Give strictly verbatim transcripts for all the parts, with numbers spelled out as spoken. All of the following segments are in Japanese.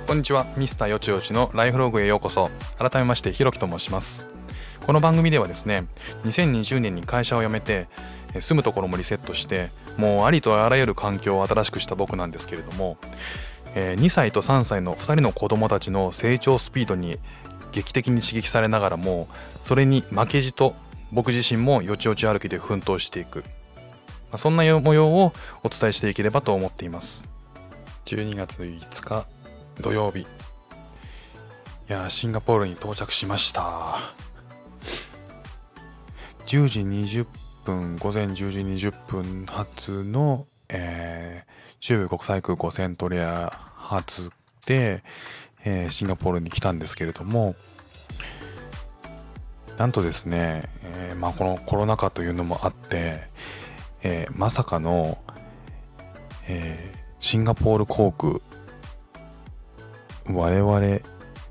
こんにちは、ミスターよちよちのライフログへようこそ。改めましてひろきと申します。この番組ではですね、にせんにじゅうねんに会社を辞めて住むところもリセットして、もうありとあらゆる環境を新しくした僕なんですけれども、にさいとさんさいのふたりの子供たちの成長スピードに劇的に刺激されながらも、それに負けじと僕自身もよちよち歩きで奮闘していく、そんな模様をお伝えしていければと思っています。じゅうにがついつか土曜日、いやシンガポールに到着しました。じゅうじにじゅっぷん、午前じゅうじにじゅっぷん発の、えー、中部国際空港セントレア発で、えー、シンガポールに来たんですけれども、なんとですね、えーまあ、このコロナ禍というのもあって、えー、まさかの、えー、シンガポール航空、我々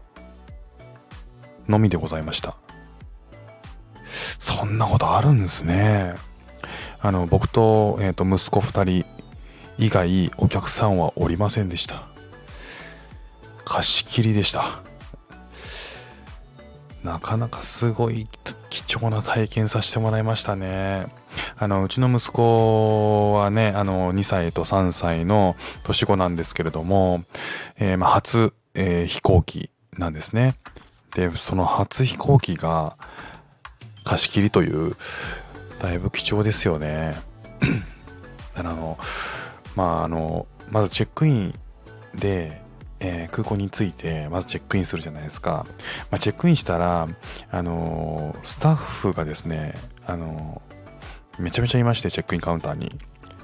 のみでございました。そんなことあるんですね。あの僕と、えーと息子ふたり以外お客さんはおりませんでした。貸し切りでした。なかなかすごい貴重な体験させてもらいましたね。あのうちの息子はね、あのにさいとさんさいの年子なんですけれども、えーまあ、初、えー、飛行機なんですね。でその初飛行機が貸し切りという、だいぶ貴重ですよね。あのまああのまずチェックインで、えー、空港に着いてまずチェックインするじゃないですか。まあ、チェックインしたら、あのー、スタッフがですね、あのー、めちゃめちゃいまして、チェックインカウンターに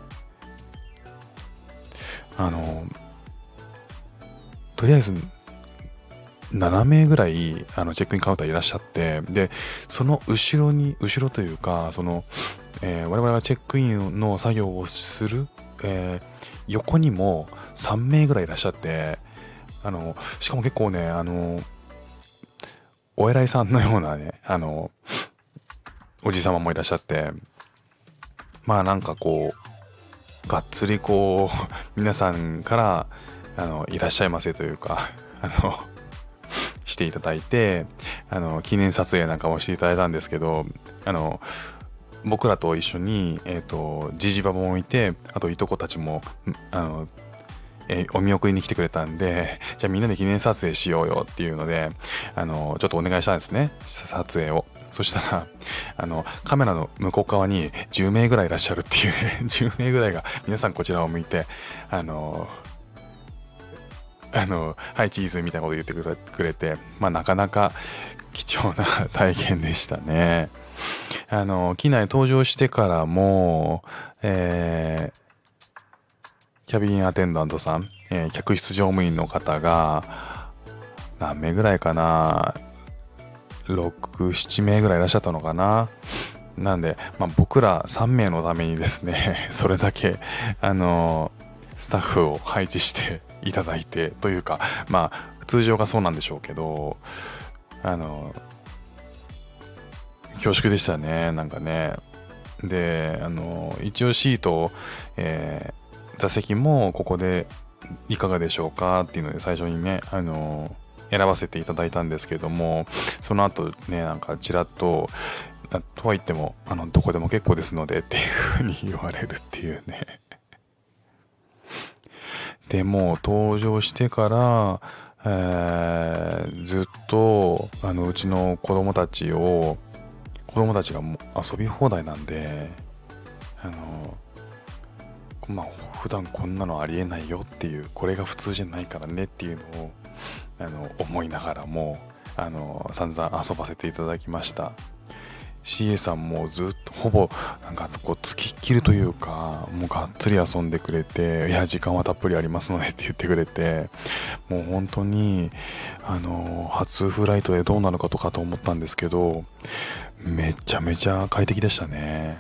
あのー、とりあえずななめいぐらいあのチェックインカウンターいらっしゃって、でその後ろに後ろというか、その、えー、我々がチェックインの作業をする、えー、横にもさんめいぐらいいらっしゃって、あのしかも結構ね、あのお偉いさんのようなね、あのおじさまもいらっしゃって、まあなんかこうがっつりこう皆さんからあのいらっしゃいませというか、あのしていただいて、あの記念撮影なんかもしていただいたんですけど、あの僕らと一緒に、えーと、ジジババもいて、あといとこたちもあの、えー、お見送りに来てくれたんで、じゃあみんなで記念撮影しようよっていうので、あのちょっとお願いしたんですね、撮影を。そしたらあのカメラの向こう側にじゅうめいぐらいいらっしゃるっていうね、じゅうめいぐらいが皆さんこちらを向いて、あのあのはいチーズみたいなこと言ってくれて、まあなかなか貴重な体験でしたね。あの機内登場してからも、えー、キャビンアテンダントさん、えー、客室乗務員の方が何名ぐらいかな、ろく、ななめいぐらいいらっしゃったのかな。なんで、まあ、僕らさんめいのためにですねそれだけあのスタッフを配置していただいてというか、まあ通常がそうなんでしょうけど、あの恐縮でしたね、なんかね。で、あの一応シート、えー、座席もここでいかがでしょうかっていうので最初にね、あの選ばせていただいたんですけども、その後ね、なんかちらっととは言ってもあのどこでも結構ですのでっていうふうに言われるっていうね。でもう登場してから、えー、ずっとあのうちの子供たちを子供たちがもう遊び放題なんで、あのまあ普段こんなのありえないよっていう、これが普通じゃないからねっていうのをあの思いながらも、あの散々遊ばせていただきました。シーエー さんもずっとほぼなんかこうつきっきりというか、もうがっつり遊んでくれて、いや時間はたっぷりありますのでって言ってくれて、もう本当にあの初フライトでどうなるかとかと思ったんですけど、めちゃめちゃ快適でしたね。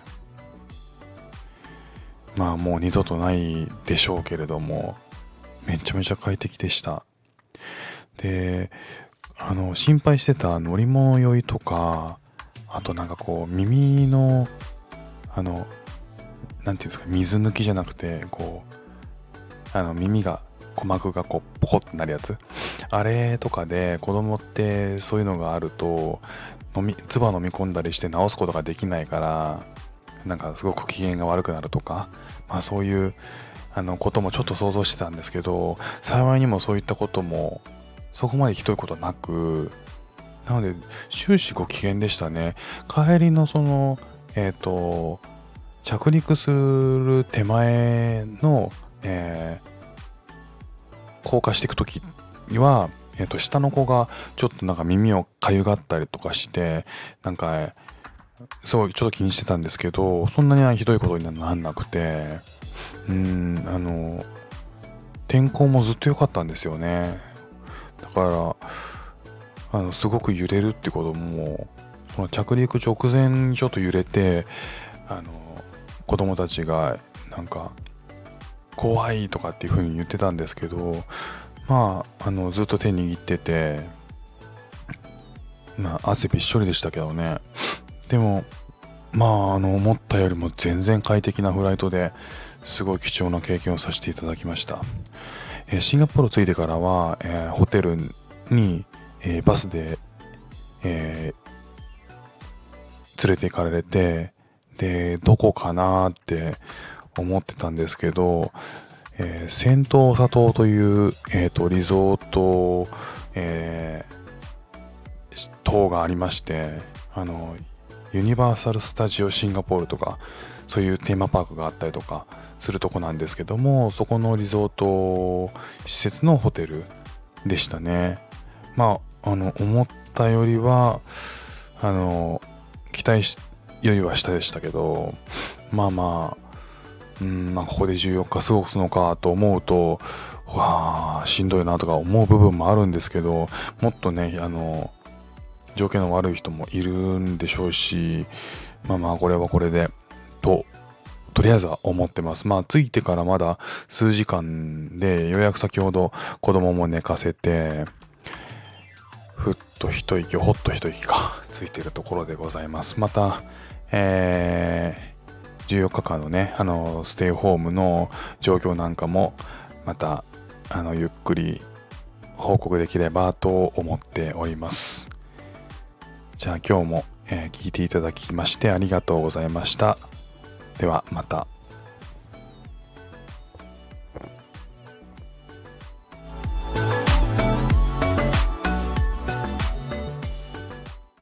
まあもう二度とないでしょうけれども、めちゃめちゃ快適でした。で、あの心配してた乗り物酔いとか、あとなんかこう耳のあのなんていうんですか、水抜きじゃなくてこうあの耳が鼓膜がこうポコってなるやつ、 あれとかで子供ってそういうのがあると飲み唾飲み込んだりして治すことができないから、なんかすごく機嫌が悪くなるとか、まあそういうあのこともちょっと想像してたんですけど、幸いにもそういったこともそこまでひどいことなく、なので終始ご機嫌でしたね。帰りのそのえっ、と着陸する手前の、えー降下していくときには、えっと、下の子がちょっとなんか耳をかゆがったりとかして、なんか、すごいちょっと気にしてたんですけど、そんなにひどいことにはなんなくて、うーん、あの、天候もずっと良かったんですよね。だから、あの、すごく揺れるってことも、その着陸直前にちょっと揺れて、あの、子供たちが、なんか、怖いとかっていう風に言ってたんですけど、まあ、あの、ずっと手握ってて、まあ、汗びっしょりでしたけどね。でも、まあ、あの、思ったよりも全然快適なフライトで、すごい貴重な経験をさせていただきました。えーシンガポール着いてからは、えーホテルに、えーバスで、えー連れて行かれて、で、どこかなって思ってたんですけど、えー、セントーサ島という、えーと、リゾート、えー島がありまして、あの、ユニバーサル・スタジオ・シンガポールとか、そういうテーマパークがあったりとかするとこなんですけども、そこのリゾート施設のホテルでしたね。まあ、あの、思ったよりは、あの、期待しよりは下でしたけど、まあまあ、うん、まあここでじゅうよっか過ごすのかと思うと、わあ、しんどいなとか思う部分もあるんですけど、もっとね、あの、条件の悪い人もいるんでしょうし、まあまあこれはこれで、と、とりあえずは思ってます。まあ着いてからまだ数時間で、ようやく先ほど子供も寝かせて、ふっと一息、ほっと一息か、ついているところでございます。また、えー、じゅうよっかかんのね、あの、ステイホームの状況なんかも、また、あの、ゆっくり報告できればと思っております。じゃあ今日も、えー聞いていただきましてありがとうございました。ではまた。